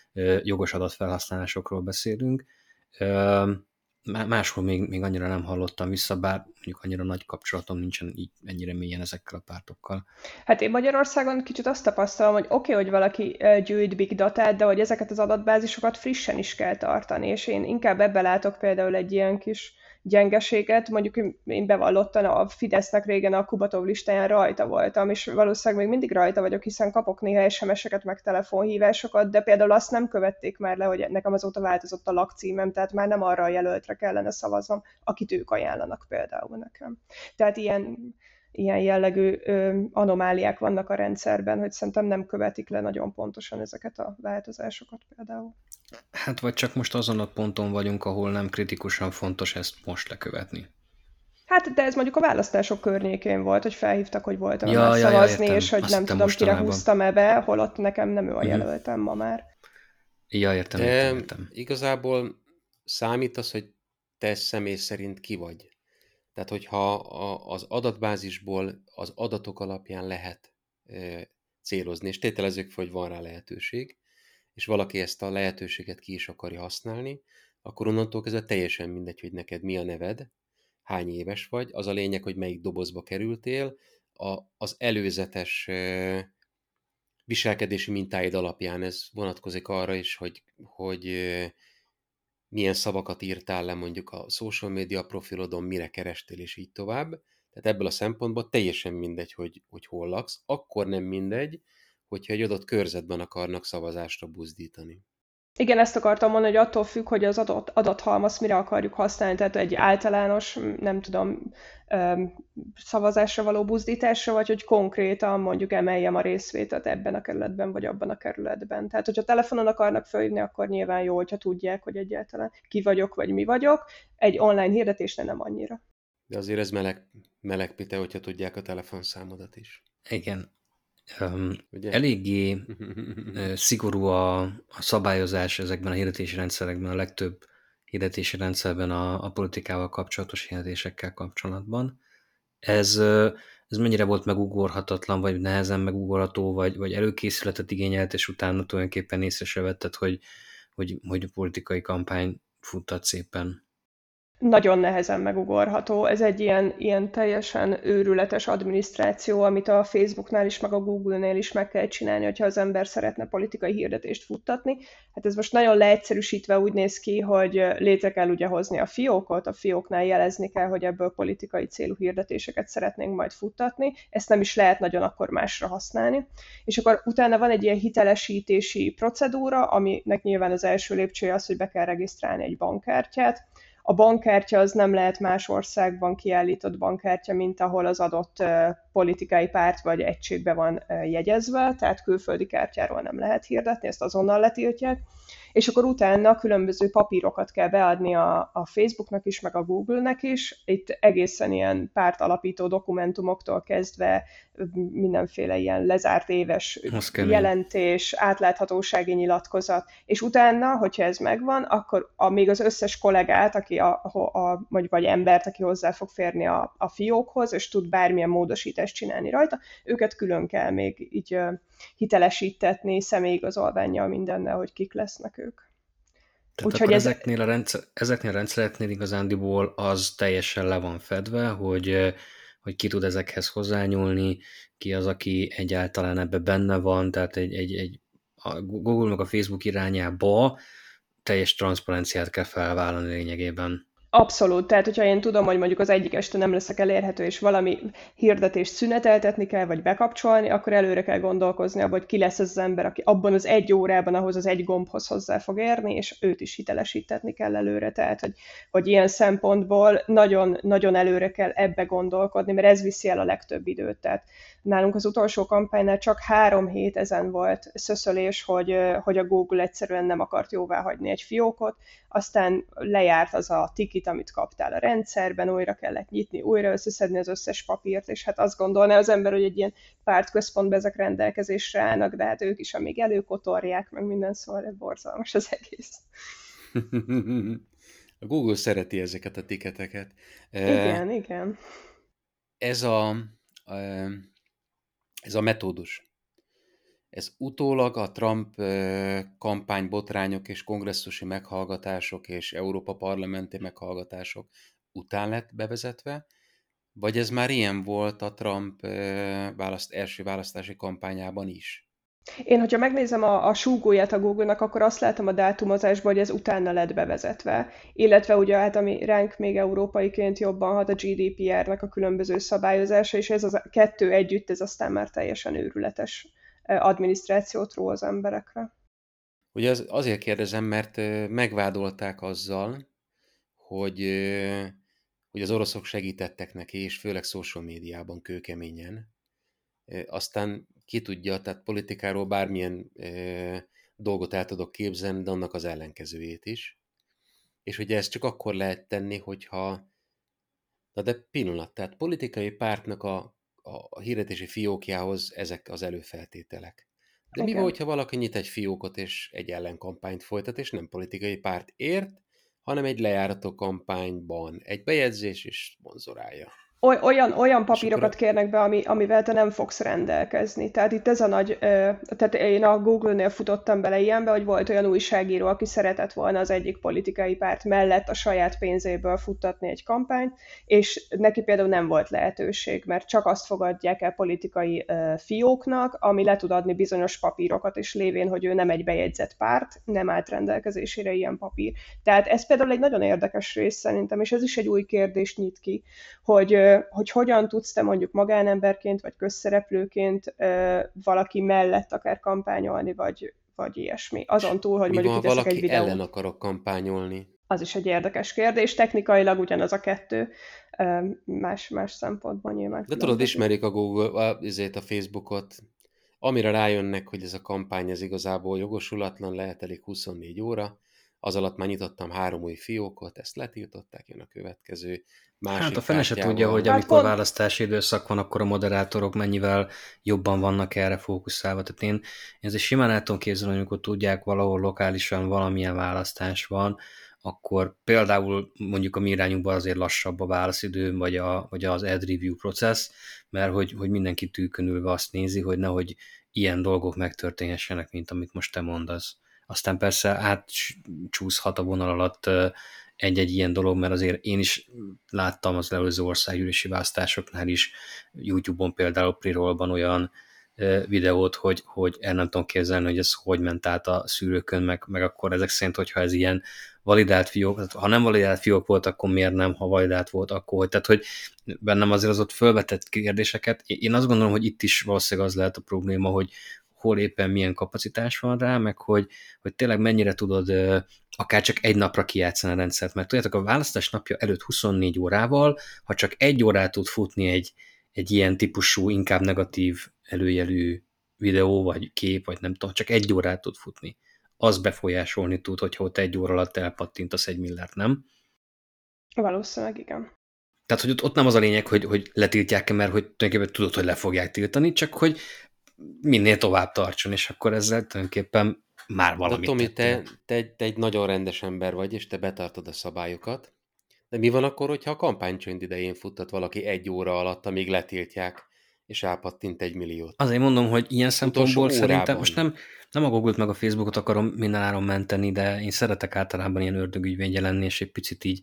jogos adatfelhasználásokról beszélünk. Máshol még, még annyira nem hallottam vissza, bár mondjuk annyira nagy kapcsolatom nincsen így ennyire mélyen ezekkel a pártokkal. Hát én Magyarországon kicsit azt tapasztalom, hogy oké, okay, hogy valaki gyűjt big datát, de hogy ezeket az adatbázisokat frissen is kell tartani, és én inkább ebbe látok például egy ilyen kis gyengeséget, mondjuk én bevallottan a Fidesznek régen a Kubatov listáján rajta voltam, és valószínűleg még mindig rajta vagyok, hiszen kapok néha es em es-eket, meg telefonhívásokat, de például azt nem követték már le, hogy nekem azóta változott a lakcímem, tehát már nem arra a jelöltre kellene szavaznom, akit ők ajánlanak például nekem. Tehát ilyen, ilyen jellegű ö, anomáliák vannak a rendszerben, hogy szerintem nem követik le nagyon pontosan ezeket a változásokat például. Hát vagy csak most azon a ponton vagyunk, ahol nem kritikusan fontos ezt most lekövetni. Hát, de ez mondjuk a választások környékén volt, hogy felhívtak, hogy voltam ja, már ja, szavazni, ja, és hogy azt nem tudom, mostanában. kire húztam ebbe, holott nekem nem ő a jelöltem ma már. Ja, értem, de értem, értem. Igazából számít az, hogy te személy szerint ki vagy. Tehát, hogyha az adatbázisból az adatok alapján lehet célozni, és tételezzük fel, hogy van rá lehetőség, és valaki ezt a lehetőséget ki is akarja használni, akkor onnantól kezdve teljesen mindegy, hogy neked mi a neved, hány éves vagy, az a lényeg, hogy melyik dobozba kerültél, a, az előzetes e, viselkedési mintáid alapján ez vonatkozik arra is, hogy, hogy e, milyen szavakat írtál le mondjuk a social media profilodon, mire kerestél, és így tovább. Tehát ebből a szempontból teljesen mindegy, hogy, hogy hol laksz, akkor nem mindegy, hogyha egy adott körzetben akarnak szavazásra buzdítani. Igen, ezt akartam mondani, hogy attól függ, hogy az adott adathalmaz mire akarjuk használni, tehát egy általános, nem tudom, szavazásra való buzdításra, vagy hogy konkrétan mondjuk emeljem a részvételt ebben a kerületben, vagy abban a kerületben. Tehát, hogyha telefonon akarnak fölhívni, akkor nyilván jó, hogyha tudják, hogy egyáltalán ki vagyok, vagy mi vagyok. Egy online hirdetésnél nem annyira. De azért ez meleg, meleg pite, hogyha tudják a telefonszámodat is. Igen. Um, eléggé uh, szigorú a, a szabályozás ezekben a hirdetési rendszerekben, a legtöbb hirdetési rendszerben a, a politikával kapcsolatos hirdetésekkel kapcsolatban. Ez, ez mennyire volt megugorhatatlan, vagy nehezen megugorható, vagy, vagy előkészületet igényelt, és utána tulajdonképpen észre se vetted, hogy, hogy, hogy politikai kampány futtat szépen? Nagyon nehezen megugorható. Ez egy ilyen, ilyen teljesen őrületes adminisztráció, amit a Facebooknál is, meg a Google-nél is meg kell csinálni, hogyha az ember szeretne politikai hirdetést futtatni. Hát ez most nagyon leegyszerűsítve úgy néz ki, hogy létre kell ugye hozni a fiókot, a fióknál jelezni kell, hogy ebből politikai célú hirdetéseket szeretnénk majd futtatni. Ezt nem is lehet nagyon akkor másra használni. És akkor utána van egy ilyen hitelesítési procedúra, aminek nyilván az első lépcsője az, hogy be kell regisztrálni egy bankkártyát. A bankkártya az nem lehet más országban kiállított bankkártya, mint ahol az adott uh, politikai párt vagy egységbe van uh, jegyezve, tehát külföldi kártyáról nem lehet hirdetni, ezt azonnal letiltják. És akkor utána különböző papírokat kell beadni a, a Facebooknak is, meg a Google-nek is. Itt egészen ilyen pártalapító dokumentumoktól kezdve mindenféle ilyen lezárt éves jelentés, átláthatósági nyilatkozat, és utána, hogyha ez megvan, akkor a, még az összes kollégát, aki a, a, vagy, vagy embert, aki hozzá fog férni a, a fiókhoz, és tud bármilyen módosítást csinálni rajta, őket külön kell még így uh, hitelesítetni, személyigazolvánnyal mindennel, hogy kik lesznek ők. Tehát Úgyhogy ez... ezeknél, a rendszer, ezeknél a rendszereknél igazándiból az teljesen le van fedve, hogy, hogy ki tud ezekhez hozzányúlni, ki az, aki egyáltalán ebbe benne van, tehát egy, egy, egy a Google meg a Facebook irányába teljes transzparenciát kell felvállalni lényegében. Abszolút, tehát hogyha én tudom, hogy mondjuk az egyik este nem leszek elérhető, és valami hirdetést szüneteltetni kell, vagy bekapcsolni, akkor előre kell gondolkozni abban, hogy ki lesz az, az ember, aki abban az egy órában ahhoz az egy gombhoz hozzá fog érni, és őt is hitelesítetni kell előre. Tehát, hogy, hogy ilyen szempontból nagyon, nagyon előre kell ebbe gondolkodni, mert ez viszi el a legtöbb időt. Tehát nálunk az utolsó kampánynál csak három hét ezen volt szöszölés, hogy, hogy a Google egyszerűen nem akart jóvá hagyni egy fiókot, aztán lejárt az a tikit, amit kaptál a rendszerben, újra kellett nyitni, újra összeszedni az összes papírt, és hát azt gondolná az ember, hogy egy ilyen pártközpontban ezek rendelkezésre állnak, de hát ők is amíg előkotorják, meg minden, szóval borzalmas az egész. A Google szereti ezeket a tiketeket. Igen, uh, igen. Ez a, ez a metódus, Ez utólag a Trump kampánybotrányok és kongresszusi meghallgatások és Európa parlamenti meghallgatások után lett bevezetve, vagy ez már ilyen volt a Trump választ, első választási kampányában is? Én, hogyha megnézem a, a súgóját a Google-nak, akkor azt látom a dátumozásban, hogy ez utána lett bevezetve. Illetve ugye, hát ami ránk még európaiként jobban hat, a gé dé pé er-nek a különböző szabályozása, és ez a kettő együtt, ez aztán már teljesen őrületes adminisztrációt ró az emberekre. Ugye az, azért kérdezem, mert megvádolták azzal, hogy, hogy az oroszok segítettek neki, és főleg social médiában kőkeményen. Aztán ki tudja, tehát politikáról bármilyen dolgot el tudok képzelni, de annak az ellenkezőjét is. És ugye ezt csak akkor lehet tenni, hogyha... Na de pillanat, tehát politikai pártnak a, a hirdetési fiókjához ezek az előfeltételek. De mi van, hogyha valaki nyit egy fiókot és egy ellenkampányt folytat, és nem politikai párt ért, hanem egy lejárató kampányban egy bejegyzés és szponzorálja? Olyan, olyan papírokat kérnek be, ami, amivel te nem fogsz rendelkezni. Tehát itt ez a nagy, tehát én a Google-nél futottam bele ilyenbe, hogy volt olyan újságíró, aki szeretett volna az egyik politikai párt mellett a saját pénzéből futtatni egy kampányt, és neki például nem volt lehetőség, mert csak azt fogadják el politikai fióknak, ami le tud adni bizonyos papírokat, és lévén, hogy ő nem egy bejegyzett párt, nem állt rendelkezésére ilyen papír. Tehát ez például egy nagyon érdekes rész szerintem, és ez is egy új kérdést nyit ki, hogy hogy hogyan tudsz te mondjuk magánemberként, vagy közszereplőként valaki mellett akár kampányolni, vagy, vagy ilyesmi. Azon túl, hogy Mi mondjuk van, kiteszek valaki egy videót. ellen akarok kampányolni? Az is egy érdekes kérdés. Technikailag ugyanaz a kettő, más, más szempontból nyilván. De tudod, ismerik a Google, a, azért a Facebookot, amire rájönnek, hogy ez a kampány ez igazából jogosulatlan, lehet elég huszonnégy óra, az alatt már nyitottam három új fiókot, ezt letiltották, jön a következő. Másik hát a fene se kártyával. tudja, hogy Hát amikor pont... választási időszak van, akkor a moderátorok mennyivel jobban vannak erre fókuszálva. Tehát én, én ezért simán el tudom képzelni, amikor tudják valahol lokálisan valamilyen választás van, akkor például mondjuk a mi irányunkban azért lassabb a válaszidő, vagy, a, vagy az ad review process, mert hogy, hogy mindenki tűkönülve azt nézi, hogy nehogy ilyen dolgok megtörténhessenek, mint amit most te mondasz. Aztán persze átcsúszhat a vonal alatt egy-egy ilyen dolog, mert azért én is láttam az előző országgyűlési választásoknál is, YouTube-on például pre-rollban olyan videót, hogy, hogy el nem tudom képzelni, hogy ez hogy ment át a szűrőkön, meg, meg akkor ezek szerint, hogyha ez ilyen validált fiók, ha nem validált fiók volt, akkor miért nem, ha validált volt, akkor hogy. Tehát, hogy bennem azért az ott fölvetett kérdéseket. Én azt gondolom, hogy itt is valószínűleg az lehet a probléma, hogy hol éppen milyen kapacitás van rá, meg hogy, hogy tényleg mennyire tudod akár csak egy napra kijátszani a rendszert. Mert tudjátok, a választás napja előtt huszonnégy órával, ha csak egy órát tud futni egy, egy ilyen típusú, inkább negatív előjelű videó, vagy kép, vagy nem tudom, csak egy órát tud futni. Az befolyásolni tud, hogyha ott egy óra alatt elpattintasz egy millert, nem? Valószínűleg igen. Tehát, hogy ott, ott nem az a lényeg, hogy, hogy letiltják-e, mert hogy tulajdonképpen tudod, hogy le fogják tiltani, csak hogy minél tovább tartson, és akkor ezzel tulajdonképpen már valamit. De Tomi, te, te, te egy nagyon rendes ember vagy, és te betartod a szabályokat. De mi van akkor, hogyha a kampánycsönd idején futtat valaki egy óra alatt, amíg letiltják, és elpattint egy milliót? Azért mondom, hogy ilyen szempontból szerintem, órában. most nem, nem a Google-t meg a Facebookot akarom mindenáron menteni, de én szeretek általában ilyen ördögügyvédje lenni, és egy picit így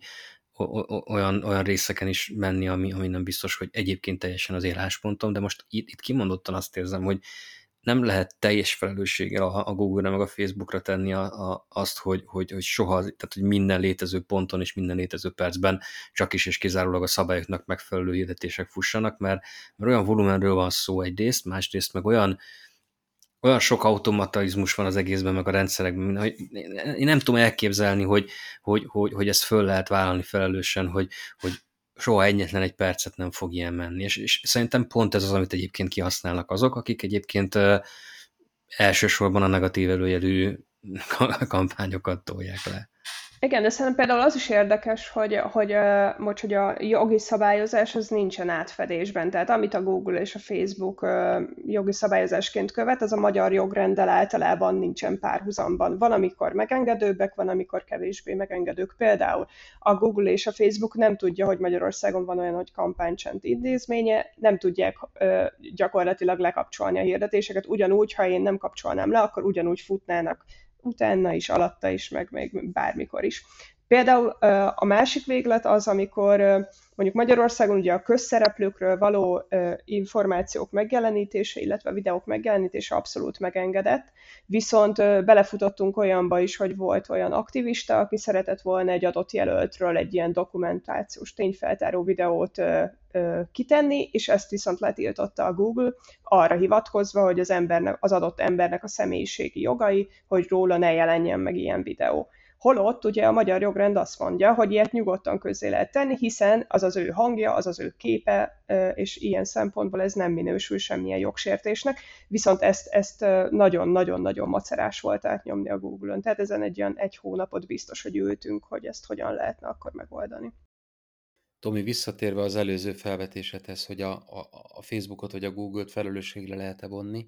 olyan, olyan részeken is menni, ami, ami nem biztos, hogy egyébként teljesen az éláspontom, de most itt, itt kimondottan azt érzem, hogy nem lehet teljes felelősséggel a, a Google-ra meg a Facebookra tenni a, a, azt, hogy, hogy, hogy soha, tehát hogy minden létező ponton és minden létező percben csak is és kizárólag a szabályoknak megfelelő hirdetések fussanak, mert, mert olyan volumenről van szó egyrészt, másrészt meg olyan olyan sok automatizmus van az egészben, meg a rendszerekben, hogy én nem tudom elképzelni, hogy, hogy, hogy, hogy ezt föl lehet vállalni felelősen, hogy, hogy soha egyetlen egy percet nem fog ilyen menni. És, és szerintem pont ez az, amit egyébként kihasználnak azok, akik egyébként uh, elsősorban a negatív előjelű kampányokat tolják le. Igen, de szerintem például az is érdekes, hogy, hogy, ö, most, hogy a jogi szabályozás az nincsen átfedésben. Tehát amit a Google és a Facebook ö, jogi szabályozásként követ, az a magyar jogrenddel általában nincsen párhuzamban. Van, amikor megengedőbbek, van, amikor kevésbé megengedők. Például a Google és a Facebook nem tudja, hogy Magyarországon van olyan, hogy kampánycsend intézménye, nem tudják ö, gyakorlatilag lekapcsolni a hirdetéseket, ugyanúgy, ha én nem kapcsolnám le, akkor ugyanúgy futnának utána is, alatta is, meg még bármikor is. Például a másik véglet az, amikor mondjuk Magyarországon ugye a közszereplőkről való információk megjelenítése, illetve a videók megjelenítése abszolút megengedett, viszont belefutottunk olyanba is, hogy volt olyan aktivista, aki szeretett volna egy adott jelöltről egy ilyen dokumentációs, tényfeltáró videót kitenni, és ezt viszont letiltotta a Google, arra hivatkozva, hogy az, embernek, az adott embernek a személyiségi jogai, hogy róla ne jelenjen meg ilyen videó. Holott ugye a magyar jogrend azt mondja, hogy ilyet nyugodtan közzé lehet tenni, hiszen az az ő hangja, az az ő képe, és ilyen szempontból ez nem minősül semmilyen jogsértésnek, viszont ezt, ezt nagyon-nagyon-nagyon macerás volt átnyomni a Google-ön. Tehát ezen egy olyan egy hónapot biztos, hogy ültünk, hogy ezt hogyan lehetne akkor megoldani. Tomi, visszatérve az előző felvetésedhez, hogy a, a, a Facebookot vagy a Google-t felelősségre lehet-e vonni,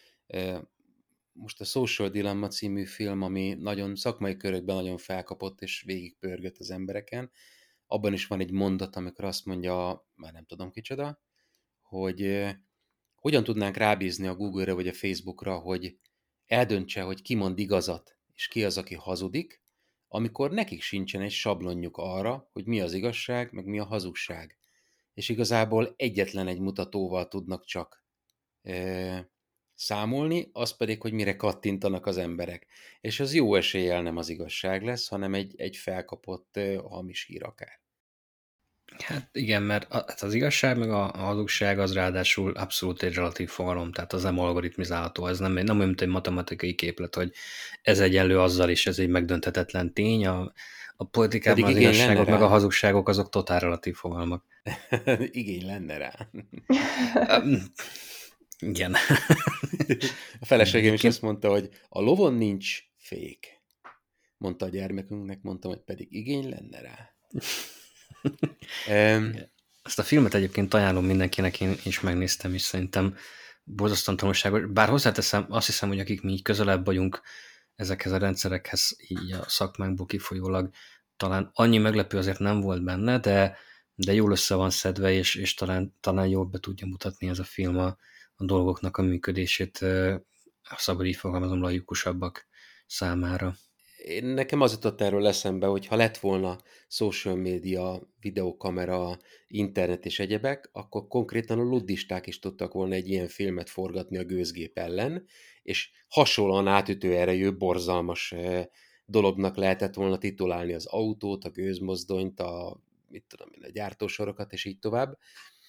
most a Social Dilemma című film, ami nagyon szakmai körökben nagyon felkapott és végigpörgött az embereken, abban is van egy mondat, amikor azt mondja, már nem tudom kicsoda, hogy eh, hogyan tudnánk rábízni a Google-re vagy a Facebookra, hogy eldöntse, hogy ki mond igazat, és ki az, aki hazudik, amikor nekik sincsen egy sablonjuk arra, hogy mi az igazság, meg mi a hazugság. És igazából egyetlen egy mutatóval tudnak csak eh, számolni, az pedig, hogy mire kattintanak az emberek. És az jó eséllyel nem az igazság lesz, hanem egy, egy felkapott uh, hamis hír akár. Hát igen, mert hát az igazság meg a hazugság az ráadásul abszolút egy relatív fogalom, tehát az nem algoritmizálható, ez nem, nem olyan, mint egy matematikai képlet, hogy ez egyenlő azzal is, ez egy megdönthetetlen tény, a, a politikában pedig az igazságok meg a hazugságok azok totál relatív fogalmak. Igény lenne rá. Igen. A feleségem is azt mondta, hogy a lovon nincs fék. Mondta a gyermekünknek, mondtam, hogy pedig igény lenne rá. um, Ezt a filmet egyébként ajánlom mindenkinek, én is megnéztem, és szerintem borzasztóan tanulságos. Bár hozzáteszem, azt hiszem, hogy akik mi így közelebb vagyunk ezekhez a rendszerekhez, így a szakmánkból kifolyólag, talán annyi meglepő azért nem volt benne, de, de jól össze van szedve, és, és talán, talán jól be tudja mutatni ez a film a, a dolgoknak a működését, ha szabad így fogalmazom, laikusabbak számára. Én, nekem az jutott erről eszembe, hogy ha lett volna social media, videokamera, internet és egyebek, akkor konkrétan a luddisták is tudtak volna egy ilyen filmet forgatni a gőzgép ellen, és hasonlóan átütő erejű, borzalmas dolognak lehetett volna titulálni az autót, a gőzmozdonyt, a, mit tudom én, a gyártósorokat, és így tovább.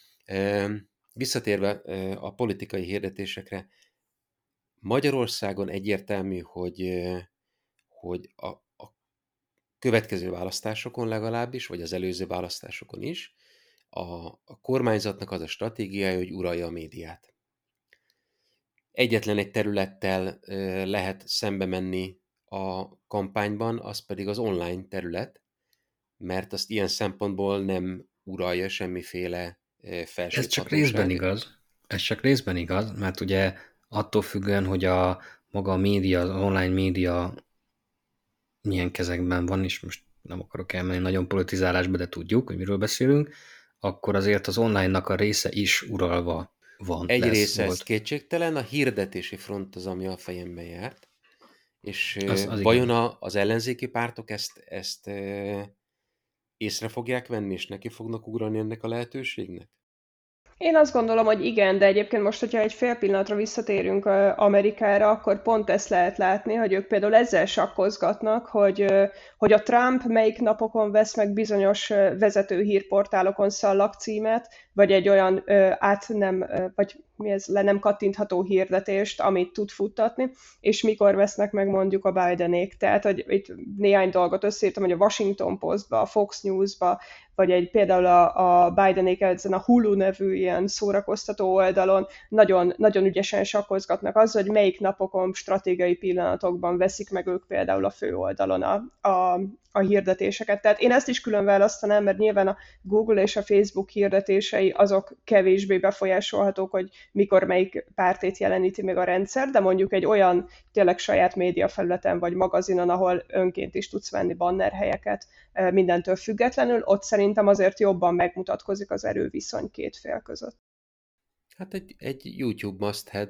Visszatérve a politikai hirdetésekre, Magyarországon egyértelmű, hogy hogy a, a következő választásokon legalábbis, vagy az előző választásokon is, a, a kormányzatnak az a stratégiája, hogy uralja a médiát. Egyetlen egy területtel e, lehet szembe menni a kampányban, az pedig az online terület, mert azt ilyen szempontból nem uralja semmiféle e, felső Ez csak részben igaz. Ez csak részben igaz, mert ugye attól függően, hogy a maga a média, az online média milyen kezekben van, és most nem akarok elmenni nagyon politizálásba, de tudjuk, hogy miről beszélünk, akkor azért az online-nak a része is uralva van. Egy lesz, része volt. Ez kétségtelen, a hirdetési front az, ami a fejemben járt, és az, az vajon a, az ellenzéki pártok ezt, ezt e, észre fogják venni, és neki fognak ugrani ennek a lehetőségnek? Én azt gondolom, hogy igen, de egyébként most, hogyha egy fél pillanatra visszatérünk Amerikára, akkor pont ezt lehet látni, hogy ők például ezzel sakkozgatnak, hogy, hogy a Trump melyik napokon vesz meg bizonyos vezető hírportálokon szallagcímet, vagy egy olyan át nem, vagy mi ez, le nem kattintható hirdetést, amit tud futtatni, és mikor vesznek meg mondjuk a Bidenék. Tehát, hogy itt néhány dolgot összeírtam, hogy a Washington Postba, a Fox Newsba, vagy egy például a, a Bidenék ezen a Hulu nevű ilyen szórakoztató oldalon nagyon, nagyon ügyesen sakkozgatnak azzal, hogy melyik napokon, stratégiai pillanatokban veszik meg ők például a főoldalon a, a, a hirdetéseket. Tehát én ezt is külön választanám, mert nyilván a Google és a Facebook hirdetései azok kevésbé befolyásolhatók, hogy mikor melyik pártét jeleníti meg a rendszer, de mondjuk egy olyan tényleg saját médiafelületen vagy magazinon, ahol önként is tudsz venni banner helyeket mindentől függetlenül, ott szerintem azért jobban megmutatkozik az erőviszony két fél között. Hát egy, egy YouTube must have.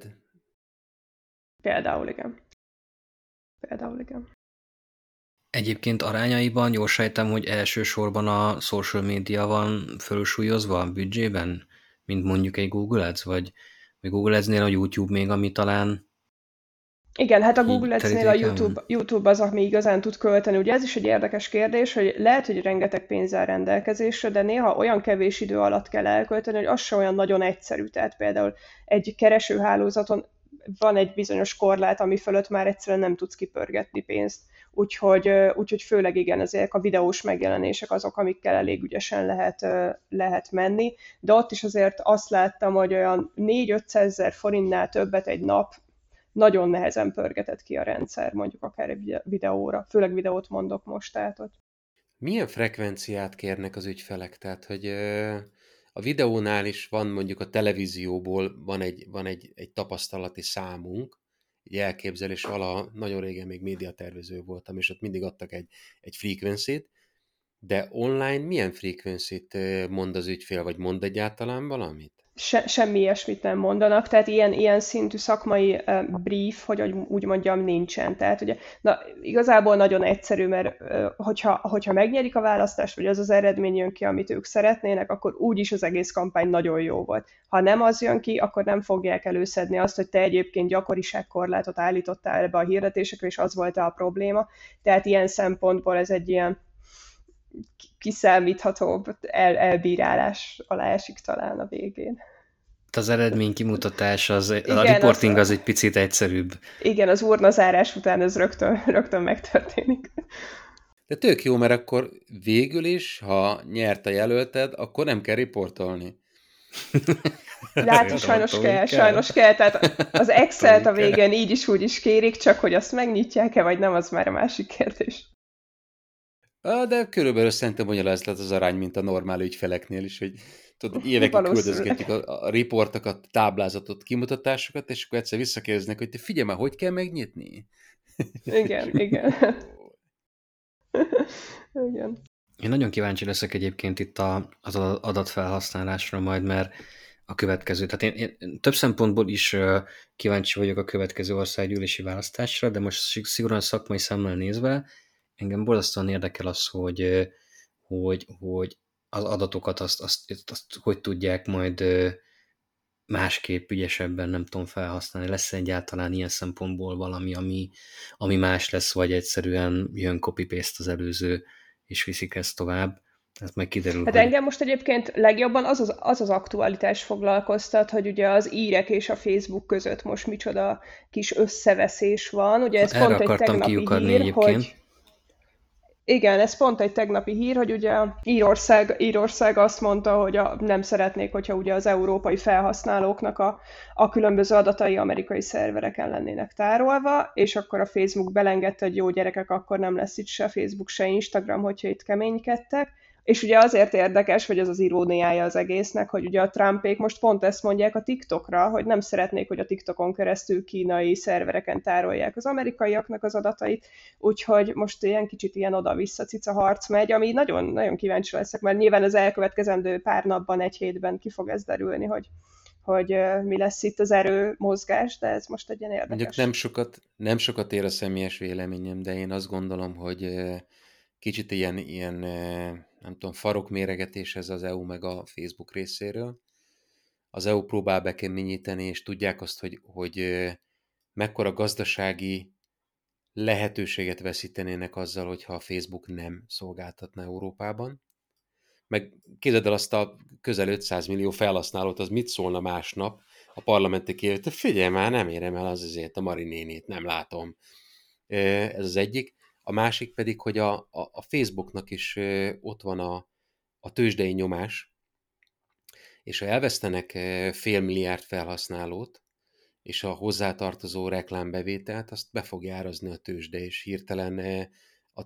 Például igen. Például igen. Egyébként arányaiban jól sejtem, hogy elsősorban a social media van fölsúlyozva a büdzsében, mint mondjuk egy Google Ads, vagy, vagy Google Ads-nél a YouTube még, ami talán igen, hát a Google Ads-nél a YouTube, YouTube az, ami igazán tud költeni. Ugye ez is egy érdekes kérdés, hogy lehet, hogy rengeteg pénz áll rendelkezésre, de néha olyan kevés idő alatt kell elkölteni, hogy az se olyan nagyon egyszerű. Tehát például egy keresőhálózaton van egy bizonyos korlát, ami fölött már egyszerűen nem tudsz kipörgetni pénzt. Úgyhogy, úgyhogy főleg igen, ezek a videós megjelenések azok, amikkel elég ügyesen lehet, lehet menni. De ott is azért azt láttam, hogy olyan négy-ötszázezer forintnál többet egy nap nagyon nehezen pörgetett ki a rendszer, mondjuk akár egy videóra. Főleg videót mondok most, tehát ott. Milyen frekvenciát kérnek az ügyfelek? Tehát, hogy a videónál is van mondjuk a televízióból van egy, van egy, egy tapasztalati számunk, egy elképzelés, valaha nagyon régen még médiatervező voltam, és ott mindig adtak egy, egy frekvenciát, de online milyen frekvenciát mond az ügyfél, vagy mond egyáltalán valamit? Se, semmi ilyesmit nem mondanak, tehát ilyen, ilyen szintű szakmai uh, brief, hogy úgy mondjam, nincsen. Tehát ugye, na, igazából nagyon egyszerű, mert uh, hogyha, hogyha megnyerik a választást, vagy az az eredmény jön ki, amit ők szeretnének, akkor úgyis az egész kampány nagyon jó volt. Ha nem az jön ki, akkor nem fogják előszedni azt, hogy te egyébként gyakoriságkorlátot állítottál ebbe a hirdetésekre, és az volt a probléma. Tehát ilyen szempontból ez egy ilyen kiszámíthatóbb el, elbírálás alá esik talán a végén. Az eredmény kimutatás, az, igen, a reporting az, az egy picit egyszerűbb. Igen, az urnazárás után ez rögtön, rögtön megtörténik. De tök jó, mert akkor végül is, ha nyert a jelölted, akkor nem kell riportolni. De hát sajnos kell, kell, sajnos kell. Tehát az Excel-t a végén így is úgy is kérik, csak hogy azt megnyitják-e, vagy nem, az már a másik kérdés. De körülbelül szerintem ugyanaz lett az arány, mint a normál ügyfeleknél is, hogy tudod, évekig küldözgetjük a, a riportokat, táblázatot, kimutatásokat, és akkor egyszer visszakérdeznek, hogy te figyelj már, hogy kell megnyitni? Igen, igen. Igen. Én nagyon kíváncsi leszek egyébként itt a, az adatfelhasználásra majd, mert a következő, tehát én, én több szempontból is kíváncsi vagyok a következő országgyűlési választásra, de most szigorúan szakmai szemmel nézve, engem borzasztóan érdekel az, hogy, hogy, hogy az adatokat azt, azt, azt hogy tudják majd másképp, ügyesebben, nem tudom, felhasználni. Lesz egyáltalán ilyen szempontból valami, ami, ami más lesz, vagy egyszerűen jön copy-paste az előző, és viszik ezt tovább. Ez meg kiderül, hát hogy... engem most egyébként legjobban az az, az az aktualitás foglalkoztat, hogy ugye az írek és a Facebook között most micsoda kis összeveszés van. Ugye ez Erre pont egy tegnapi hír, egyébként. hogy... Igen, ez pont egy tegnapi hír, hogy ugye Írország, Írország azt mondta, hogy a, nem szeretnék, hogyha ugye az európai felhasználóknak a, a különböző adatai amerikai szervereken lennének tárolva, és akkor a Facebook belengedte, hogy jó gyerekek, akkor nem lesz itt se Facebook, se Instagram, hogyha itt keménykedtek. És ugye azért érdekes, hogy ez az iróniája az egésznek, hogy ugye a Trumpék most pont ezt mondják a TikTokra, hogy nem szeretnék, hogy a TikTokon keresztül kínai szervereken tárolják az amerikaiaknak az adatait, úgyhogy most ilyen kicsit ilyen oda-vissza cica harc megy, ami nagyon, nagyon kíváncsi leszek, mert nyilván az elkövetkezendő pár napban, egy hétben ki fog ez derülni, hogy, hogy mi lesz itt az erőmozgás, de ez most egy ilyen érdekes. Mondjuk nem sokat, nem sokat ér a személyes véleményem, de én azt gondolom, hogy kicsit ilyen, ilyen nem tudom, farokméregetés ez az é u meg a Facebook részéről. Az é u próbál bekeményíteni, és tudják azt, hogy, hogy mekkora gazdasági lehetőséget veszítenének azzal, hogyha a Facebook nem szolgáltatna Európában. Meg képzeld el azt a közel ötszáz millió felhasználót, az mit szólna másnap a parlamenti képviselő, figyelj már, nem érem el az azért a Mari nénit, nem látom. Ez az egyik. A másik pedig, hogy a, a, a Facebooknak is ott van a, a tőzsdei nyomás, és ha elvesztenek fél milliárd felhasználót, és a hozzátartozó reklámbevételt, azt be fogja árazni a tőzsde, és hirtelen a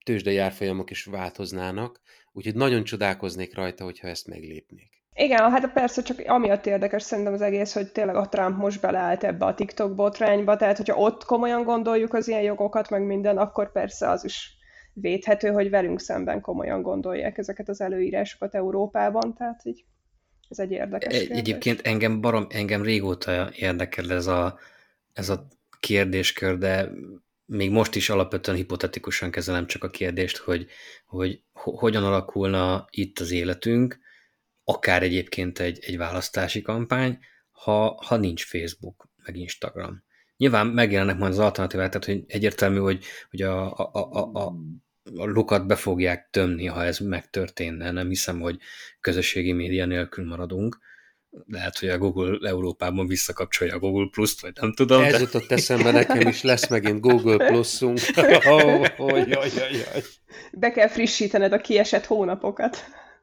tőzsdei árfolyamok is változnának, úgyhogy nagyon csodálkoznék rajta, hogyha ezt meglépnék. Igen, hát persze csak amiatt érdekes szerintem az egész, hogy tényleg a Trump most beleállt ebbe a TikTok botrányba, tehát hogyha ott komolyan gondoljuk az ilyen jogokat, meg minden, akkor persze az is védhető, hogy velünk szemben komolyan gondolják ezeket az előírásokat Európában, tehát így ez egy érdekes kérdés. Egyébként engem, barom, engem régóta érdekel ez a, ez a kérdéskör, de még most is alapvetően hipotetikusan kezelem csak a kérdést, hogy, hogy hogyan alakulna itt az életünk, akár egyébként egy, egy választási kampány, ha, ha nincs Facebook, meg Instagram. Nyilván megjelennek majd az alternatívák, tehát hogy egyértelmű, hogy, hogy a, a, a, a, a lukat be fogják tömni, ha ez megtörténne. Nem hiszem, hogy közösségi média nélkül maradunk. Lehet, hogy a Google Európában visszakapcsolja a Google Plus-t, vagy nem tudom. Ez de... jutott eszembe, nekem is lesz megint Google Plus-unk. Oh, oh, jaj, jaj, jaj. Be kell frissítened a kiesett hónapokat.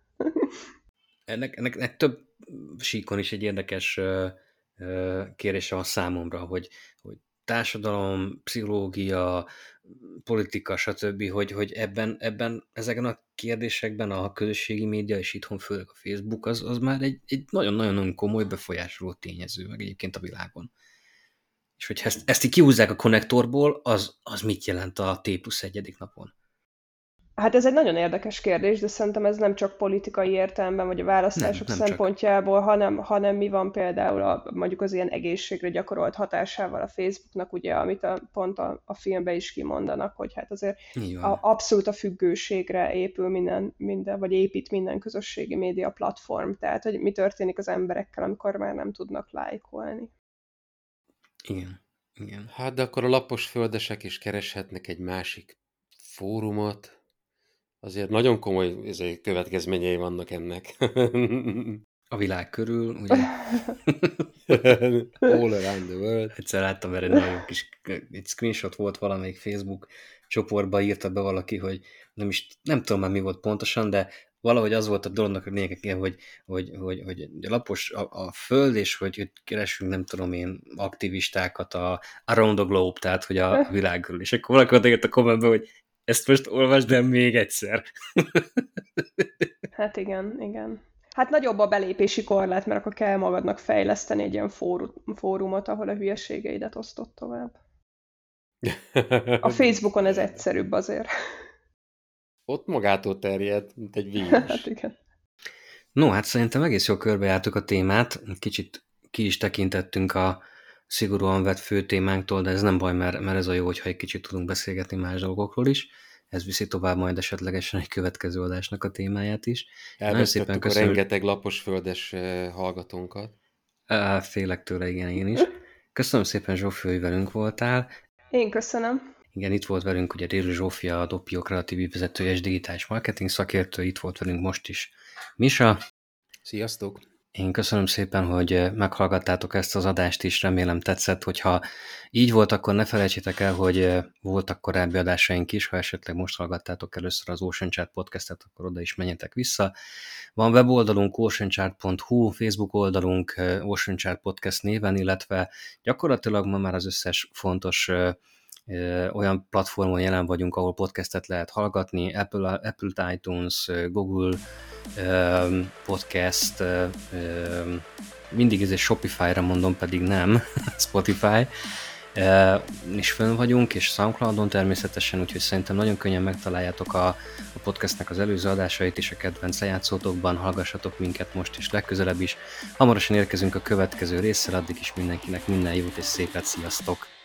Ennek, ennek, ennek több síkon is egy érdekes uh, uh, kérdése van számomra, hogy, hogy társadalom, pszichológia, politika, stb., hogy, hogy ebben, ebben, ezeken a kérdésekben a közösségi média, és itthon főleg a Facebook, az, az már egy, egy nagyon-nagyon komoly befolyásoló tényező, meg egyébként a világon. És hogy ezt, ezt így kihúzzák a konnektorból, az, az mit jelent a T plusz egyedik napon? Hát ez egy nagyon érdekes kérdés, de szerintem ez nem csak politikai értelemben, vagy a választások nem, nem szempontjából, hanem, hanem mi van például a, mondjuk az ilyen egészségre gyakorolt hatásával a Facebooknak, ugye, amit a, pont a, a filmben is kimondanak, hogy hát azért a, abszolút a függőségre épül minden, minden, vagy épít minden közösségi média platform, tehát hogy mi történik az emberekkel, amikor már nem tudnak lájkolni. Igen, igen. Hát de akkor a lapos földesek is kereshetnek egy másik fórumot. Azért nagyon komoly ezért következményei vannak ennek. A világ körül, ugye? All around the world. Egyszer láttam erre nagyon kis, egy screenshot volt valamelyik Facebook csoportba, írta be valaki, hogy nem is, nem tudom már mi volt pontosan, de valahogy az volt a dolognak a lényege, hogy, hogy, hogy, hogy lapos a, a föld, és hogy, hogy keresünk, nem tudom én, aktivistákat a around the globe, tehát hogy a világ körül. És akkor valaki odaírt a kommentbe, hogy ezt most olvasd el még egyszer. Hát igen, igen. Hát nagyobb a belépési korlát, mert akkor kell magadnak fejleszteni egy ilyen fórum, fórumot, ahol a hülyeségeidet osztott tovább. A Facebookon ez egyszerűbb azért. Ott magától terjed, mint egy vírus. Hát igen. No, hát szerintem egész jól körbejártuk a témát, kicsit ki is tekintettünk a szigorúan vett fő témánktól, de ez nem baj, mert, mert ez a jó, hogyha egy kicsit tudunk beszélgetni más dolgokról is. Ez viszi tovább majd esetlegesen egy következő adásnak a témáját is. Elvesztettük a rengeteg laposföldes hallgatónkat. Félek tőle, igen, én is. Köszönöm szépen, Zsófia, hogy velünk voltál. Én köszönöm. Igen, itt volt velünk ugye Réli Zsófia, a Doppio kreatív vezetője és digitális marketing szakértő, itt volt velünk most is Misa. Sziasztok! Én köszönöm szépen, hogy meghallgattátok ezt az adást is, remélem tetszett, hogyha így volt, akkor ne felejtsétek el, hogy voltak korábbi adásaink is, ha esetleg most hallgattátok először az Ocean Chart podcastet, akkor oda is menjetek vissza. Van weboldalunk ocean chart pont hu, Facebook oldalunk Ocean Chart Podcast néven, illetve gyakorlatilag ma már az összes fontos olyan platformon jelen vagyunk, ahol podcastet lehet hallgatni, Apple, Apple iTunes, Google Podcast, mindig ez egy Shopify-ra mondom, pedig nem, Spotify, és fönn vagyunk, és SoundCloudon természetesen, úgyhogy szerintem nagyon könnyen megtaláljátok a, a podcastnek az előző adásait is a kedvenc lejátszótokban, hallgassatok minket most is, legközelebb is. Hamarosan érkezünk a következő résszel, addig is mindenkinek minden jót és szépet, sziasztok!